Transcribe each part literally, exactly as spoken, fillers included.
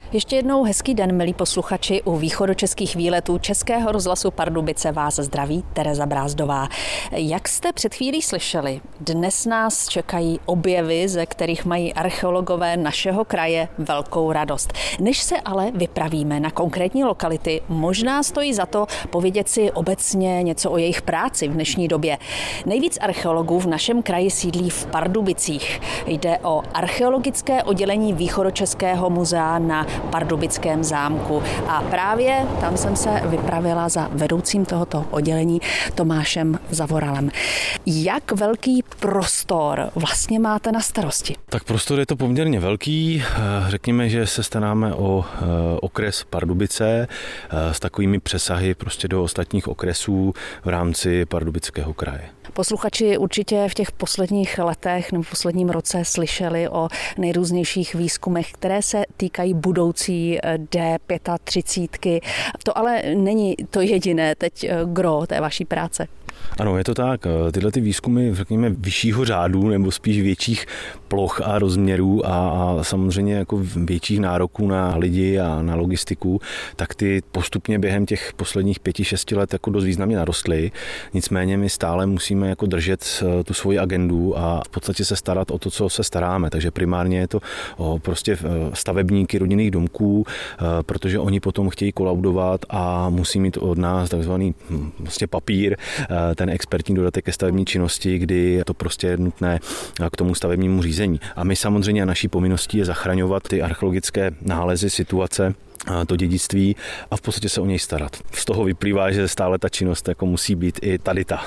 Ještě jednou hezký den, milí posluchači. U východočeských výletů Českého rozhlasu Pardubice vás zdraví Tereza Brázdová. Jak jste před chvílí slyšeli, dnes nás čekají objevy, ze kterých mají archeologové našeho kraje velkou radost. Než se ale vypravíme na konkrétní lokality, možná stojí za to povědět si obecně něco o jejich práci v dnešní době. Nejvíc archeologů v našem kraji sídlí v Pardubicích. Jde o archeologické oddělení Východočeského muzea na Pardubickém zámku. A právě tam jsem se vypravila za vedoucím tohoto oddělení Tomášem Zavoralem. Jak velký prostor vlastně máte na starosti? Tak prostor je to poměrně velký. Řekněme, že se staráme o okres Pardubice s takovými přesahy prostě do ostatních okresů v rámci Pardubického kraje. Posluchači určitě v těch posledních letech nebo v posledním roce slyšeli o nejrůznějších výzkumech, které se týkají budoucí D třicet pět. To ale není to jediné teď gro té vaší práce. Ano, je to tak. Tyhle ty výzkumy, řekněme, vyššího řádu nebo spíš větších ploch a rozměrů a, a samozřejmě jako větších nároků na lidi a na logistiku, tak ty postupně během těch posledních pěti, šesti let jako dost významně narostly. Nicméně my stále musíme jako držet tu svoji agendu a v podstatě se starat o to, co se staráme. Takže primárně je to o prostě stavebníky rodinných domků, protože oni potom chtějí kolaudovat a musí mít od nás takzvaný prostě papír, ten expertní dodatek ke stavební činnosti, kdy to prostě je nutné k tomu stavebnímu řízení. A my samozřejmě naší povinností je zachraňovat ty archeologické nálezy, situace, to dědictví a v podstatě se o něj starat. Z toho vyplývá, že stále ta činnost jako musí být i tady ta.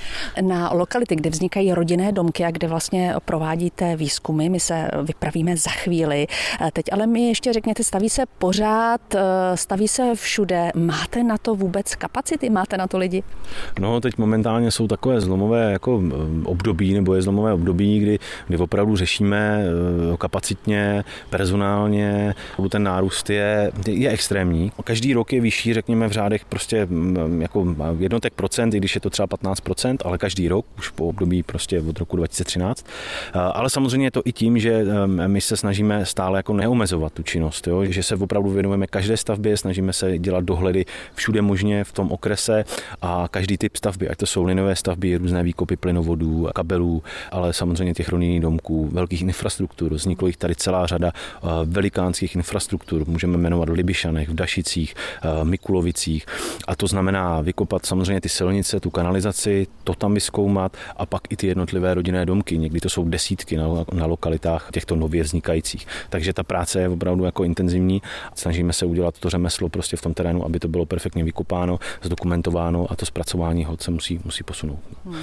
Na lokality, kde vznikají rodinné domky a kde vlastně provádíte výzkumy, my se vypravíme za chvíli. Teď ale mi ještě řekněte, staví se pořád, staví se všude. Máte na to vůbec kapacity? Máte na to lidi? No, teď momentálně jsou takové zlomové jako období, nebo je zlomové období, kdy, kdy opravdu řešíme kapacitně, personálně, ten nárůst je je extrémní. Každý rok je vyšší, řekněme v řádech prostě jako jednotek procent, i když je to třeba patnáct procent, ale každý rok, už po období prostě od roku dva tisíce třináct. Ale samozřejmě je to i tím, že my se snažíme stále jako neomezovat tu činnost, jo? Že se opravdu věnujeme každé stavbě, snažíme se dělat dohledy všude možně v tom okrese a každý typ stavby, ať to jsou linové stavby, různé výkopy plynovodů, kabelů, ale samozřejmě těch rodinných domků, velkých infrastruktur, vzniklo jich tady celá řada velikánských infrastruktur, můžeme jmenovat v Libyšanech, v Dašicích, Mikulovicích a to znamená vykopat samozřejmě ty silnice, tu kanalizaci, to tam vyzkoumat a pak i ty jednotlivé rodinné domky. Někdy to jsou desítky na, na lokalitách těchto nově vznikajících. Takže ta práce je opravdu jako intenzivní. Snažíme se udělat to řemeslo prostě v tom terénu, aby to bylo perfektně vykopáno, zdokumentováno a to zpracování hod se musí, musí posunout. Hmm.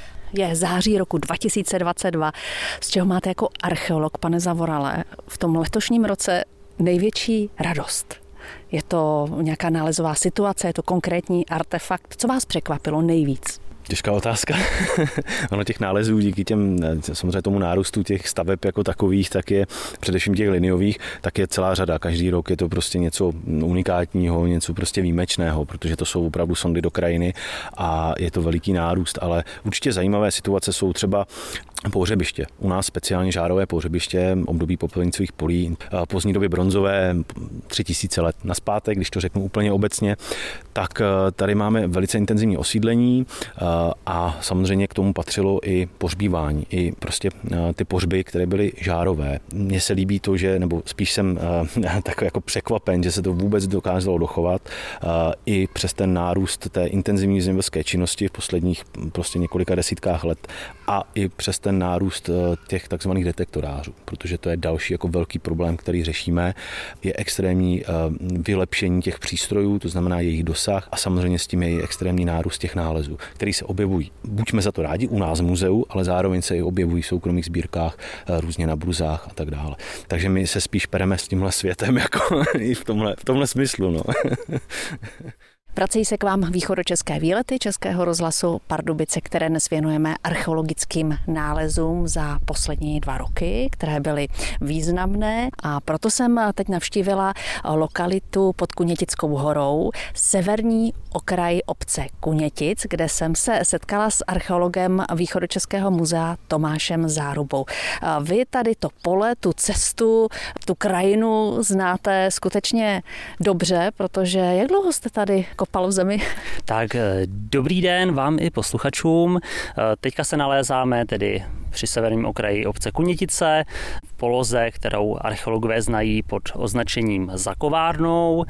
Je září roku dva tisíce dvacet dva. Z čeho máte jako archeolog, pane Zavorale, v tom letošním roce největší radost? Je to nějaká nálezová situace, je to konkrétní artefakt? Co vás překvapilo nejvíc? Těžká otázka. Ono těch nálezů díky těm, samozřejmě tomu nárůstu těch staveb jako takových, tak je především těch liniových, tak je celá řada. Každý rok je to prostě něco unikátního, něco prostě výjimečného, protože to jsou opravdu sondy do krajiny a je to veliký nárůst, ale určitě zajímavé situace jsou třeba pohřebiště. U nás speciálně žárové pohřebiště, období popelnicových polí, pozdní doby bronzové, tři tisíce let nazpátek, když to řeknu úplně obecně, tak tady máme velice intenzivní osídlení a samozřejmě k tomu patřilo i pohřbívání, i prostě ty pohřby, které byly žárové. Mně se líbí to, že, nebo spíš jsem takový jako překvapen, že se to vůbec dokázalo dochovat i přes ten nárůst té intenzivní zemědělské činnosti v posledních prostě několika desítkách let a i přes ten nárůst těch takzvaných detektorářů, protože to je další jako velký problém, který řešíme, je extrémní vylepšení těch přístrojů, to znamená jejich dosah a samozřejmě s tím je i extrémní nárůst těch nálezů, který se objevují. Buďme za to rádi u nás v muzeu, ale zároveň se i objevují v soukromých sbírkách, různě na bruzách a tak dále. Takže my se spíš pereme s tímhle světem jako i v tomhle, v tomhle smyslu. No. Vracejí se k vám východočeské výlety Českého rozhlasu Pardubice, které dnes věnujeme archeologickým nálezům za poslední dva roky, které byly významné, a proto jsem teď navštívila lokalitu pod Kunětickou horou, severní okraj obce Kunětic, kde jsem se setkala s archeologem Východočeského muzea Tomášem Zárubou. Vy tady to pole, tu cestu, tu krajinu znáte skutečně dobře, protože jak dlouho jste tady kopal v zemi? Tak dobrý den vám i posluchačům. Teďka se nalézáme tedy při severním okraji obce Kunětice v poloze, kterou archeologové znají pod označením Za kovárnou,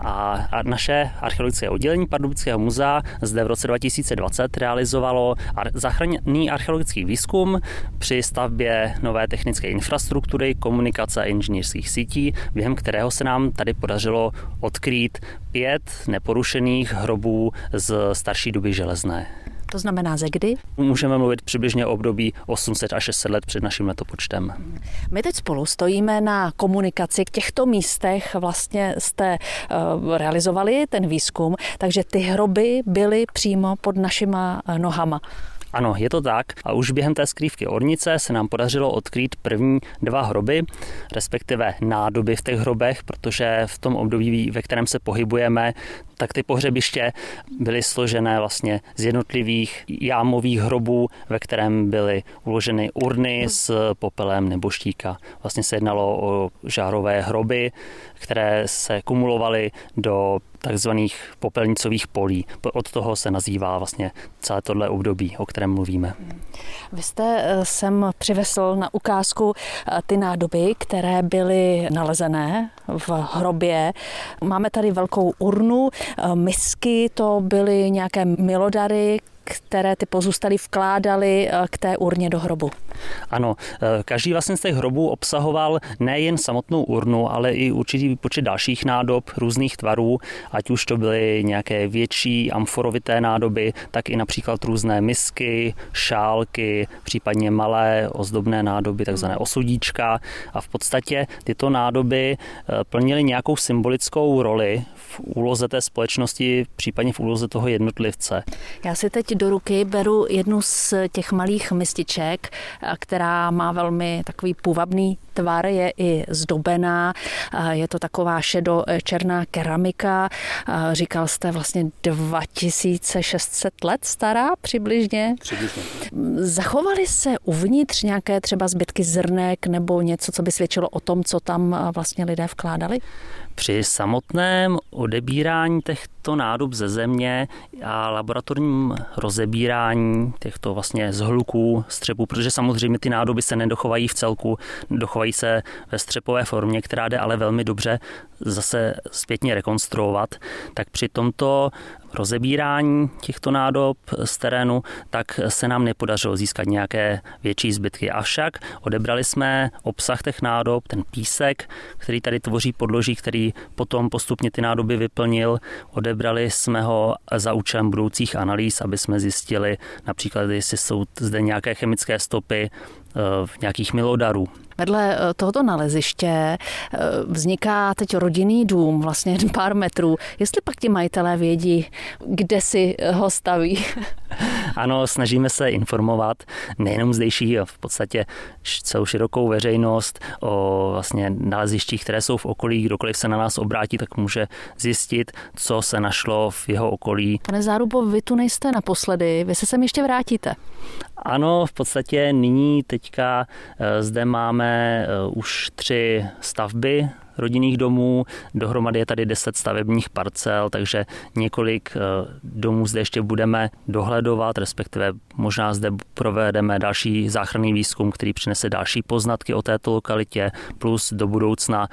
a naše archeologické oddělení Pardubického muzea zde v roce dva tisíce dvacet realizovalo záchranný archeologický výzkum při stavbě nové technické infrastruktury, komunikace a inženýrských sítí, během kterého se nám tady podařilo odkrýt pět neporušených hrobů z starší doby železné. To znamená ze kdy? Můžeme mluvit přibližně o období osm set až šest set let před naším letopočtem. My teď spolu stojíme na komunikaci. V těchto místech vlastně jste uh, realizovali ten výzkum, takže ty hroby byly přímo pod našima nohama. Ano, je to tak. A už během té skrývky ornice se nám podařilo odkrýt první dva hroby, respektive nádoby v těch hrobech, protože v tom období, ve kterém se pohybujeme, tak ty pohřebiště byly složené vlastně z jednotlivých jámových hrobů, ve kterém byly uloženy urny s popelem nebožtíka. Vlastně se jednalo o žárové hroby, které se kumulovaly do takzvaných popelnicových polí. Od toho se nazývá vlastně celé tohle období, o kterém mluvíme. Vy jste sem přivezl na ukázku ty nádoby, které byly nalezené v hrobě. Máme tady velkou urnu, misky, to byly nějaké milodary, které ty pozůstalí vkládali k té urně do hrobu. Ano, každý vlastně z těch hrobů obsahoval nejen samotnou urnu, ale i určitý počet dalších nádob různých tvarů, ať už to byly nějaké větší amforovité nádoby, tak i například různé misky, šálky, případně malé ozdobné nádoby, takzvané osudíčka. A v podstatě tyto nádoby plnily nějakou symbolickou roli v úloze té společnosti, případně v úloze toho jednotlivce. Já si teď do ruky beru jednu z těch malých mističek, která má velmi takový půvabný tvar, je i zdobená. Je to taková šedo-černá keramika. Říkal jste vlastně dva tisíce šest set let stará přibližně. Přibližně. Zachovaly se uvnitř nějaké třeba zbytky zrnek nebo něco, co by svědčilo o tom, co tam vlastně lidé vkládali? Při samotném odebírání těchto nádob ze země a laboratorním rozebírání těchto vlastně zhluků, střepů, protože samozřejmě ty nádoby se nedochovají v celku, dochovají se ve střepové formě, která jde ale velmi dobře zase zpětně rekonstruovat, tak při tomto rozebírání těchto nádob z terénu, tak se nám nepodařilo získat nějaké větší zbytky. Avšak odebrali jsme obsah těch nádob, ten písek, který tady tvoří podloží, který potom postupně ty nádoby vyplnil. Odebrali jsme ho za účelem budoucích analýz, aby jsme zjistili například, jestli jsou zde nějaké chemické stopy v nějakých milodarů. Vedle tohoto naleziště vzniká teď rodinný dům, vlastně pár metrů. Jestli pak ti majitelé vědí, kde si ho staví? Ano, snažíme se informovat nejenom zdejší, v podstatě celou širokou veřejnost o vlastně nalezištích, které jsou v okolí. Kdokoliv se na nás obrátí, tak může zjistit, co se našlo v jeho okolí. Pane Zárubo, vy tu nejste naposledy, vy se sem ještě vrátíte. Ano, v podstatě nyní teďka zde máme už tři stavby rodinných domů, dohromady je tady deset stavebních parcel, takže několik domů zde ještě budeme dohledovat, respektive možná zde provedeme další záchranný výzkum, který přinese další poznatky o této lokalitě, plus do budoucna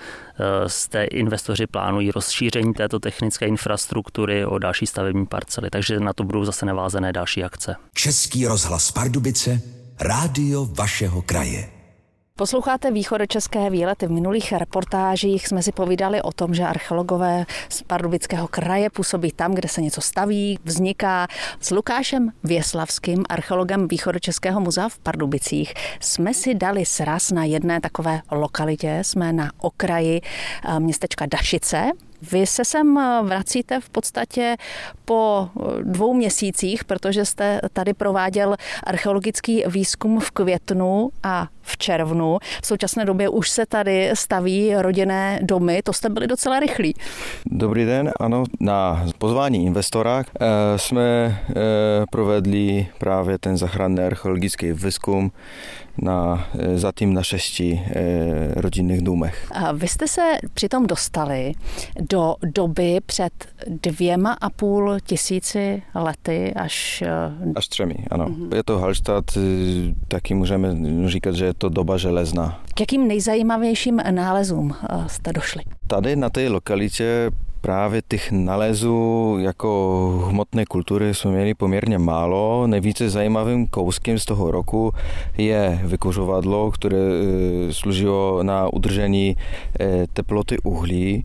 zde investoři plánují rozšíření této technické infrastruktury o další stavební parcely, takže na to budou zase navázané další akce. Český rozhlas Pardubice, rádio vašeho kraje. Posloucháte východočeské výlety. V minulých reportážích jsme si povídali o tom, že archeologové z Pardubického kraje působí tam, kde se něco staví, vzniká. S Lukášem Věslavským, archeologem Východočeského muzea v Pardubicích, jsme si dali sraz na jedné takové lokalitě. Jsme na okraji městečka Dašice. Vy se sem vracíte v podstatě po dvou měsících, protože jste tady prováděl archeologický výzkum v květnu a v červnu. V současné době už se tady staví rodinné domy, to jste byli docela rychlí. Dobrý den, ano, na pozvání investora jsme provedli právě ten záchranný archeologický výzkum na, zatím na šesti rodinných domech. A vy jste se přitom dostali do doby před dvěma a půl tisíci lety až... Až třemi, ano. Mm-hmm. Je to Hallstatt, taky můžeme říkat, že je to doba železná. K jakým nejzajímavějším nálezům jste došli? Tady na té lokalitě právě těch nálezů jako hmotné kultury jsme měli poměrně málo. Nejvíce zajímavým kouskem z toho roku je vykuřovadlo, které sloužilo na udržení teploty uhlí.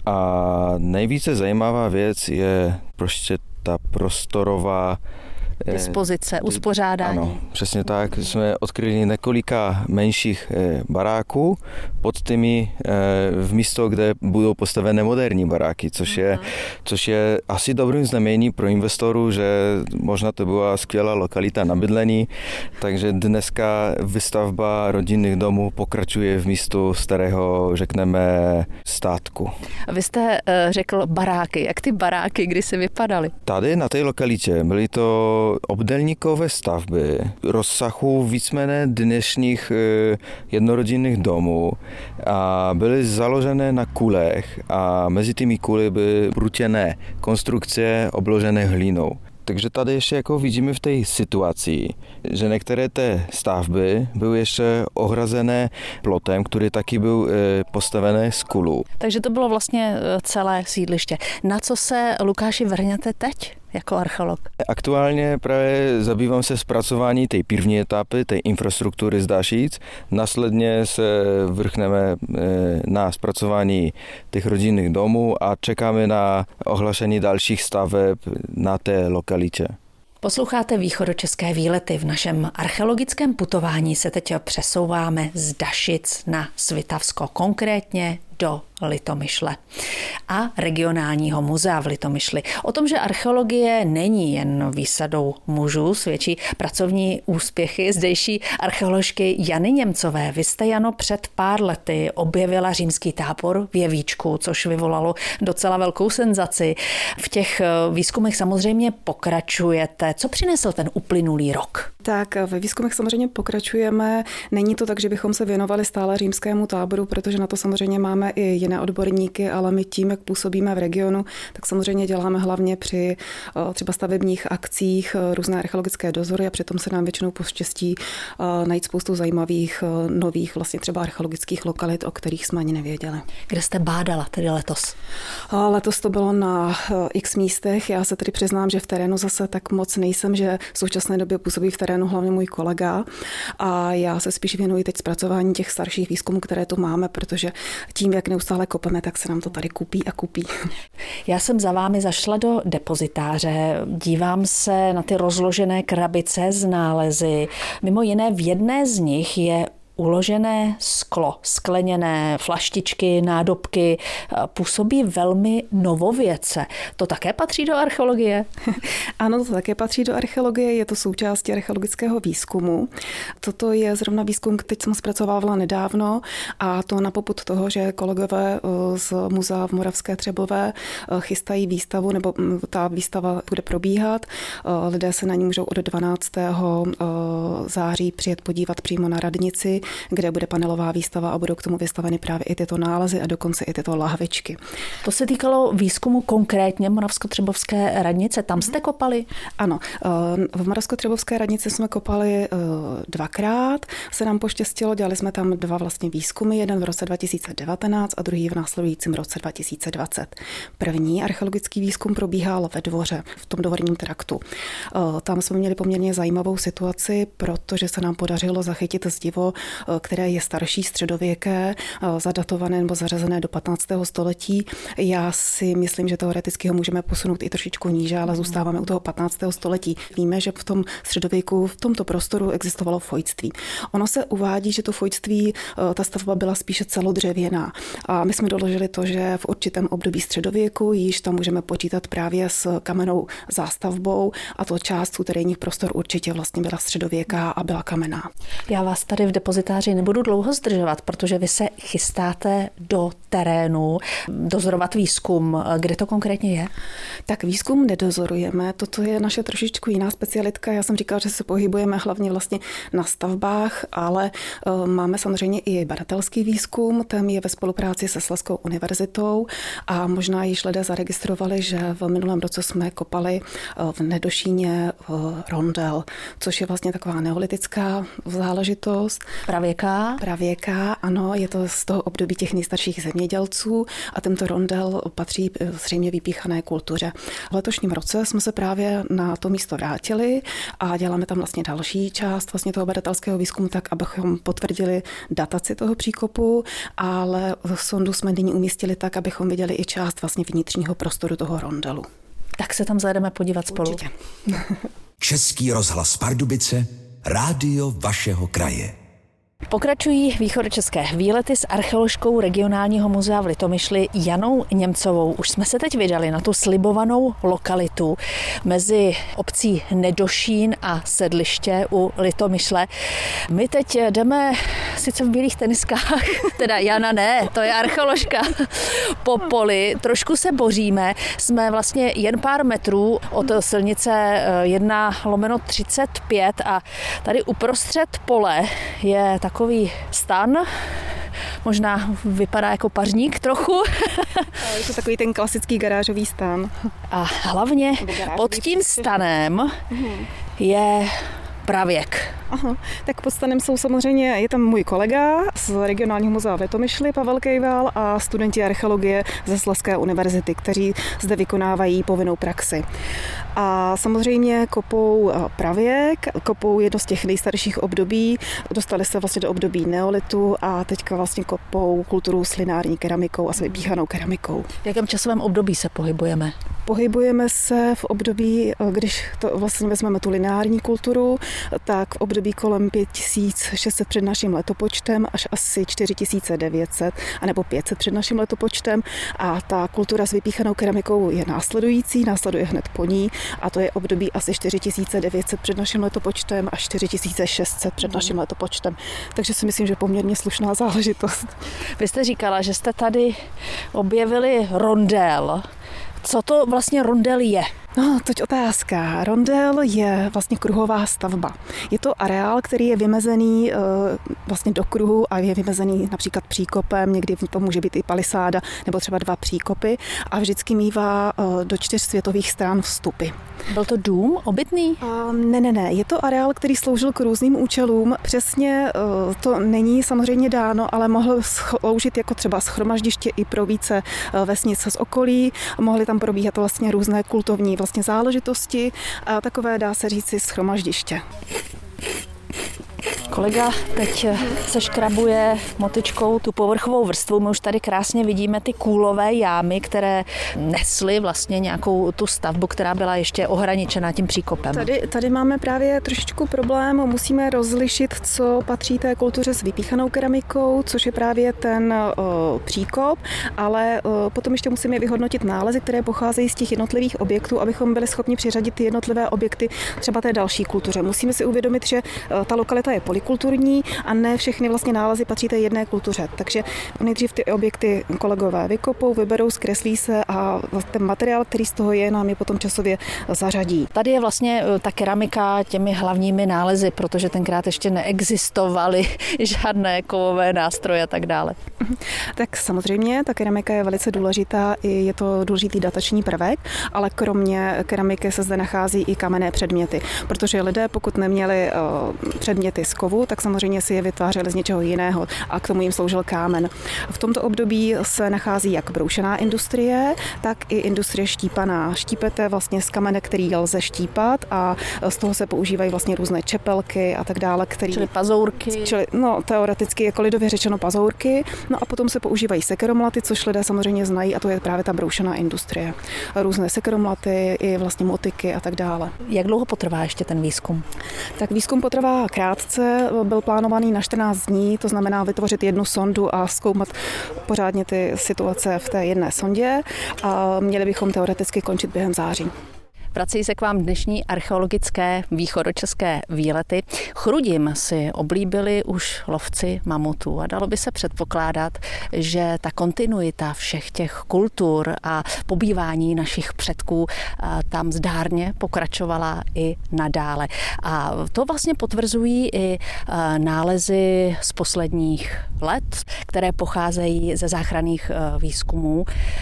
A nejvíce zajímavá věc je prostě ta prostorová dispozice, uspořádání. Ano, přesně tak. Jsme odkryli několika menších baráků pod těmi v místo, kde budou postavené moderní baráky, což je, což je asi dobrým znamení pro investorů, že možná to byla skvělá lokalita na bydlení, takže dneska výstavba rodinných domů pokračuje v místu starého, řekneme, státku. Vy jste řekl baráky. Jak ty baráky kdysi vypadaly? Tady na té lokalitě byly to obdélníkové stavby rozsahu víceméně dnešních jednorodinných domů a byly založené na kulech a mezi těmi kuly byly prutěné konstrukce obložené hlinou. Takže tady ještě jako vidíme v té situaci, že některé té stavby byly ještě ohrazené plotem, který taky byl postavený z kulů. Takže to bylo vlastně celé sídliště. Na co se, Lukáši, vrhněte teď jako archeolog? Aktuálně právě zabývám se zpracování té první etapy, té infrastruktury z Dašic. Následně se vrchneme na zpracování těch rodinných domů a čekáme na ohlašení dalších staveb na té lokalitě. Posloucháte východočeské výlety. V našem archeologickém putování se teď přesouváme z Dašic na Svitavsko, konkrétně do Litomyšle a regionálního muzea v Litomyšli. O tom, že archeologie není jen výsadou mužů, svědčí pracovní úspěchy zdejší archeoložky Jany Němcové. Vy jste, Jano, před pár lety objevila římský tábor v Jevíčku, což vyvolalo docela velkou senzaci. V těch výzkumech samozřejmě pokračujete. Co přinesl ten uplynulý rok? Tak ve výzkumech samozřejmě pokračujeme. Není to tak, že bychom se věnovali stále římskému táboru, protože na to samozřejmě máme i jiné odborníky, ale my tím, jak působíme v regionu, tak samozřejmě děláme hlavně při třeba stavebních akcích různé archeologické dozory a přitom se nám většinou poštěstí najít spoustu zajímavých nových vlastně třeba archeologických lokalit, o kterých jsme ani nevěděli. Kde jste bádala tedy letos? Letos to bylo na x místech. Já se tedy přiznám, že v terénu zase tak moc nejsem, že v současné době působí v terénu hlavně můj kolega a já se spíš věnuji teď zpracování těch starších výzkumů, které tu máme, protože tím, jak neustále kopeme, tak se nám to tady kupí a kupí. Já jsem za vámi zašla do depozitáře, dívám se na ty rozložené krabice z nálezy. Mimo jiné v jedné z nich je uložené sklo, skleněné flaštičky, nádobky, působí velmi novověce. To také patří do archeologie? Ano, to také patří do archeologie, je to součástí archeologického výzkumu. Toto je zrovna výzkum, který jsem zpracovávala nedávno a to na popud toho, že kolegové z muzea v Moravské Třebové chystají výstavu, nebo ta výstava bude probíhat. Lidé se na ní můžou od dvanáctého září přijet podívat přímo na radnici, kde bude panelová výstava a budou k tomu vystaveny právě i tyto nálezy a dokonce i tyto lahvičky. To se týkalo výzkumu konkrétně Moravskotřebovské radnice. Tam jste kopali? Ano, v Moravskotřebovské radnici jsme kopali dvakrát. Se nám poštěstilo, dělali jsme tam dva vlastně výzkumy, jeden v roce dva tisíce devatenáct a druhý v následujícím roce dva tisíce dvacet. První archeologický výzkum probíhal ve Dvoře, v tom dvorním traktu. Tam jsme měli poměrně zajímavou situaci, protože se nám podařilo zachytit zdivo které je starší, středověké, zadatované nebo zařazené do patnáctého století. Já si myslím, že teoreticky ho můžeme posunout i trošičku níže, ale zůstáváme u toho patnáctého století. Víme, že v tom středověku v tomto prostoru existovalo fojtství. Ono se uvádí, že to fojtství, ta stavba byla spíše celodřevěná. A my jsme doložili to, že v určitém období středověku již tam můžeme počítat právě s kamennou zástavbou a to část suterénních prostor určitě vlastně byla středověká a byla kamenná. Já vás tady v depozitáři nebudu dlouho zdržovat, protože vy se chystáte do terénu dozorovat výzkum. Kde to konkrétně je? Tak výzkum nedozorujeme, toto je naše trošičku jiná specialitka. Já jsem říkala, že se pohybujeme hlavně vlastně na stavbách, ale máme samozřejmě i badatelský výzkum, ten je ve spolupráci se Slezskou univerzitou a možná již lidé zaregistrovali, že v minulém roce jsme kopali v Nedošíně rondel, což je vlastně taková neolitická záležitost. Pravěká? Pravěká, ano, je to z toho období těch nejstarších zemědělců a tento rondel patří zřejmě vypíchané kultuře. V letošním roce jsme se právě na to místo vrátili a děláme tam vlastně další část vlastně toho badatelského výzkumu tak, abychom potvrdili dataci toho příkopu, ale sondu jsme nyní umístili tak, abychom viděli i část vlastně vnitřního prostoru toho rondelu. Tak se tam zajedeme podívat spolu. Určitě. Český rozhlas Pardubice, rádio vašeho kraje. Pokračují východočeské výlety s archeoložkou regionálního muzea v Litomyšli Janou Němcovou. Už jsme se teď vydali na tu slibovanou lokalitu mezi obcí Nedošín a Sedliště u Litomyšle. My teď jdeme sice v bílých teniskách, teda Jana ne, to je archeoložka, po poli. Trošku se boříme, jsme vlastně jen pár metrů od silnice jedna lomeno třicet pět a tady uprostřed pole je takový stan, možná vypadá jako pařník trochu. Je to takový ten klasický garážový stan. A hlavně pod tím stanem je pravěk. Aha, tak pod stanem jsou samozřejmě, je tam můj kolega z regionálního muzea v Litomyšli, Pavel Kejval, a studenti archeologie ze Slezské univerzity, kteří zde vykonávají povinnou praxi. A samozřejmě kopou pravěk, kopou jedno z těch nejstarších období, dostali se vlastně do období neolitu a teďka vlastně kopou kulturu s lineární keramikou a s vypíchanou keramikou. V jakém časovém období se pohybujeme? Pohybujeme se v období, když to vlastně vezmeme tu lineární kulturu, tak v období kolem pět tisíc šest set před naším letopočtem až asi čtyři tisíce devět set anebo pět set před naším letopočtem a ta kultura s vypíchanou keramikou je následující, následuje hned po ní a to je období asi čtyři tisíce devět set před naším letopočtem až čtyři tisíce šest set před naším letopočtem. Takže si myslím, že poměrně slušná záležitost. Vy jste říkala, že jste tady objevili rondel. Co to vlastně rondel je? No, toť otázka. Rondel je vlastně kruhová stavba. Je to areál, který je vymezený e, vlastně do kruhu a je vymezený například příkopem, někdy to může být i palisáda nebo třeba dva příkopy a vždycky mívá e, do čtyř světových stran vstupy. Byl to dům obytný? A, ne, ne, ne. Je to areál, který sloužil k různým účelům. Přesně e, to není samozřejmě dáno, ale mohl sloužit jako třeba shromaždiště i pro více e, vesnic z okolí. Mohly tam probíhat vlastně různé kultovní vlastně záležitosti a takové, dá se říci, shromaždiště. Kolega teď se škrabuje motyčkou tu povrchovou vrstvu. My už tady krásně vidíme ty kůlové jámy, které nesly vlastně nějakou tu stavbu, která byla ještě ohraničena tím příkopem. Tady, tady máme právě trošičku problém. Musíme rozlišit, co patří té kultuře s vypíchanou keramikou, což je právě ten o, příkop, ale o, potom ještě musíme vyhodnotit nálezy, které pocházejí z těch jednotlivých objektů, abychom byli schopni přiřadit ty jednotlivé objekty třeba té další kultuře. Musíme si uvědomit, že o, ta lokalita je polikulturní a ne všechny vlastně nálezy patří té jedné kultuře. Takže nejdřív ty objekty kolegové vykopou, vyberou, zkreslí se a ten materiál, který z toho je, nám je potom časově zařadí. Tady je vlastně ta keramika těmi hlavními nálezy, protože tenkrát ještě neexistovaly žádné kovové nástroje a tak dále. Tak samozřejmě, ta keramika je velice důležitá, je to důležitý datační prvek, ale kromě keramiky se zde nachází i kamenné předměty, protože lidé, pokud neměli předměty z kovu, tak samozřejmě si je vytvářeli z něčeho jiného a k tomu jim sloužil kámen. V tomto období se nachází jak broušená industrie, tak i industrie štípaná. Štípete vlastně z kamene, který lze štípat a z toho se používají vlastně různé čepelky a tak dále. Který, čili pazourky. Čili, no, teoreticky jako lidově řečeno pazourky. No a potom se používají sekeromlaty, což lidé samozřejmě znají a to je právě ta broušená industrie. Různé sekeromlaty i vlastně motiky a tak dále. Jak dlouho potrvá ještě ten výzkum? Tak výzkum potrvá krátce, byl plánovaný na čtrnáct dní, to znamená vytvořit jednu sondu a zkoumat pořádně ty situace v té jedné sondě a měli bychom teoreticky končit během září. Vrací se k vám dnešní archeologické východočeské výlety. Chrudim si oblíbili už lovci mamutů a dalo by se předpokládat, že ta kontinuita všech těch kultur a pobývání našich předků tam zdárně pokračovala i nadále. A to vlastně potvrzují i nálezy z posledních let, které pocházejí ze záchranných výzkumů,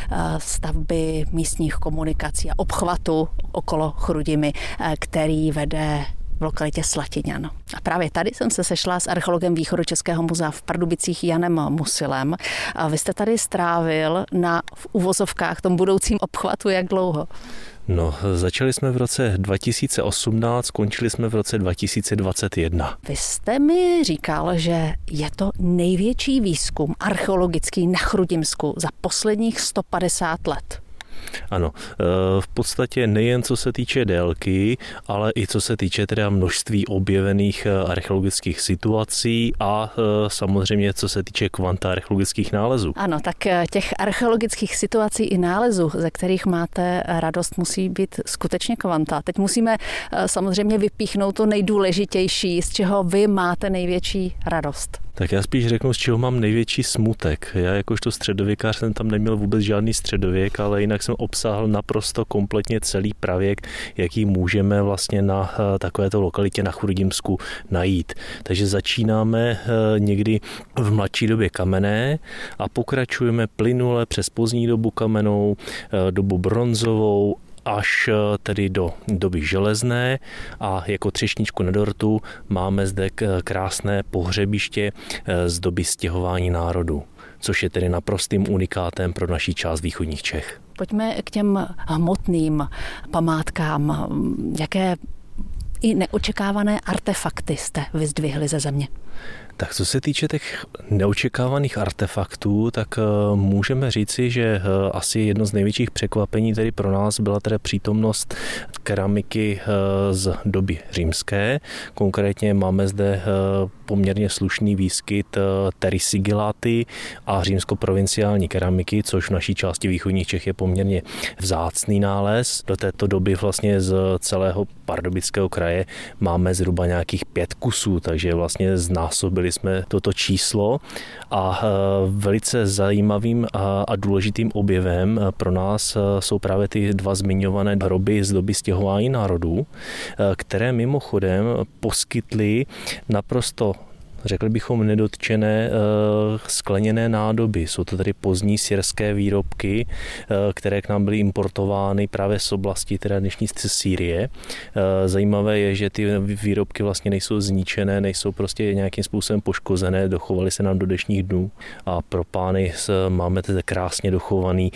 stavby místních komunikací a obchvatu okolo Chrudimi, který vede v lokalitě Slatiňan. A právě tady jsem se sešla s archeologem Východočeského muzea v Pardubicích Janem Musilem. A vy jste tady strávil na v uvozovkách tom budoucím obchvatu jak dlouho? No, začali jsme v roce dva tisíce osmnáct, skončili jsme v roce dva tisíce dvacet jedna. Vy jste mi říkal, že je to největší výzkum archeologický na Chrudimsku za posledních sto padesát let. Ano, v podstatě nejen co se týče délky, ale i co se týče teda množství objevených archeologických situací a samozřejmě co se týče kvanta archeologických nálezů. Ano, tak těch archeologických situací i nálezů, ze kterých máte radost, musí být skutečně kvanta. Teď musíme samozřejmě vypíchnout to nejdůležitější, z čeho vy máte největší radost. Tak já spíš řeknu, z čeho mám největší smutek. Já jakožto středověkář jsem tam neměl vůbec žádný středověk, ale jinak jsem obsáhl naprosto kompletně celý pravěk, jaký můžeme vlastně na takovéto lokalitě na Chrudimsku najít. Takže začínáme někdy v mladší době kamenné a pokračujeme plynule přes pozdní dobu kamennou, dobu bronzovou, až tedy do doby železné a jako třešničku na dortu máme zde krásné pohřebiště z doby stěhování národu, což je tedy naprostým unikátem pro naší část východních Čech. Pojďme k těm hmotným památkám. Jaké i neočekávané artefakty jste vyzdvihli ze země? Tak co se týče těch neočekávaných artefaktů, tak můžeme říci, že asi jedno z největších překvapení tedy pro nás byla teda přítomnost keramiky z doby římské. Konkrétně máme zde poměrně slušný výskyt terisigiláty a římskoprovinciální keramiky, což v naší části východních Čech je poměrně vzácný nález. Do této doby vlastně z celého Pardubického kraje máme zhruba nějakých pět kusů, takže vlastně znásobili jsme toto číslo a velice zajímavým a důležitým objevem pro nás jsou právě ty dva zmiňované hroby z doby stěhování národů, které mimochodem poskytly naprosto, řekli bychom, nedotčené skleněné nádoby. Jsou to tedy pozdní syrské výrobky, které k nám byly importovány právě z oblasti teda dnešní Sýrie. Zajímavé je, že ty výrobky vlastně nejsou zničené, nejsou prostě nějakým způsobem poškozené, dochovaly se nám do dnešních dnů a pro pány máme tedy krásně dochovaný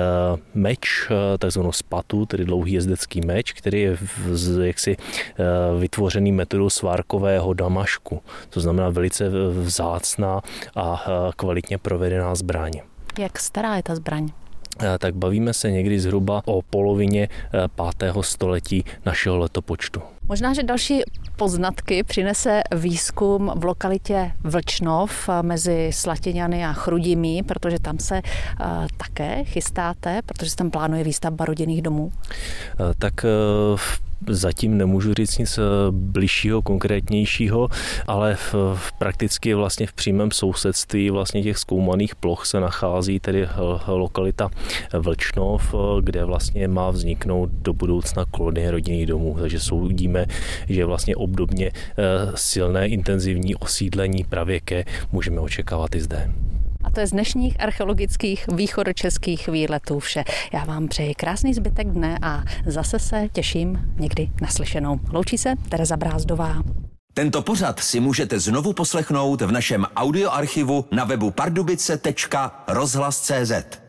meč, takzvanou spatu, tedy dlouhý jezdecký meč, který je jaksi vytvořený metodou svárkového damašku. To znamená velice vzácná a kvalitně provedená zbraň. Jak stará je ta zbraň? Tak bavíme se někdy zhruba o polovině pátého století našeho letopočtu. Možná, že další poznatky přinese výzkum v lokalitě Vlčnov mezi Slatiňany a Chrudimí, protože tam se uh, také chystáte, protože se tam plánuje výstavba rodinných domů. Tak uh, zatím nemůžu říct nic bližšího, konkrétnějšího, ale v, v prakticky vlastně v přímém sousedství vlastně těch zkoumaných ploch se nachází tedy lokalita Vlčnov, kde vlastně má vzniknout do budoucna kolonie rodinných domů. Takže soudíme, že vlastně obdobně silné intenzivní osídlení pravěké můžeme očekávat i zde. A to je z dnešních archeologických východočeských výletů vše. Já vám přeji krásný zbytek dne a zase se těším někdy naslyšenou. Loučí se Tereza Brázdová. Tento pořad si můžete znovu poslechnout v našem audioarchivu na webu pardubice tečka rozhlas tečka cé zet.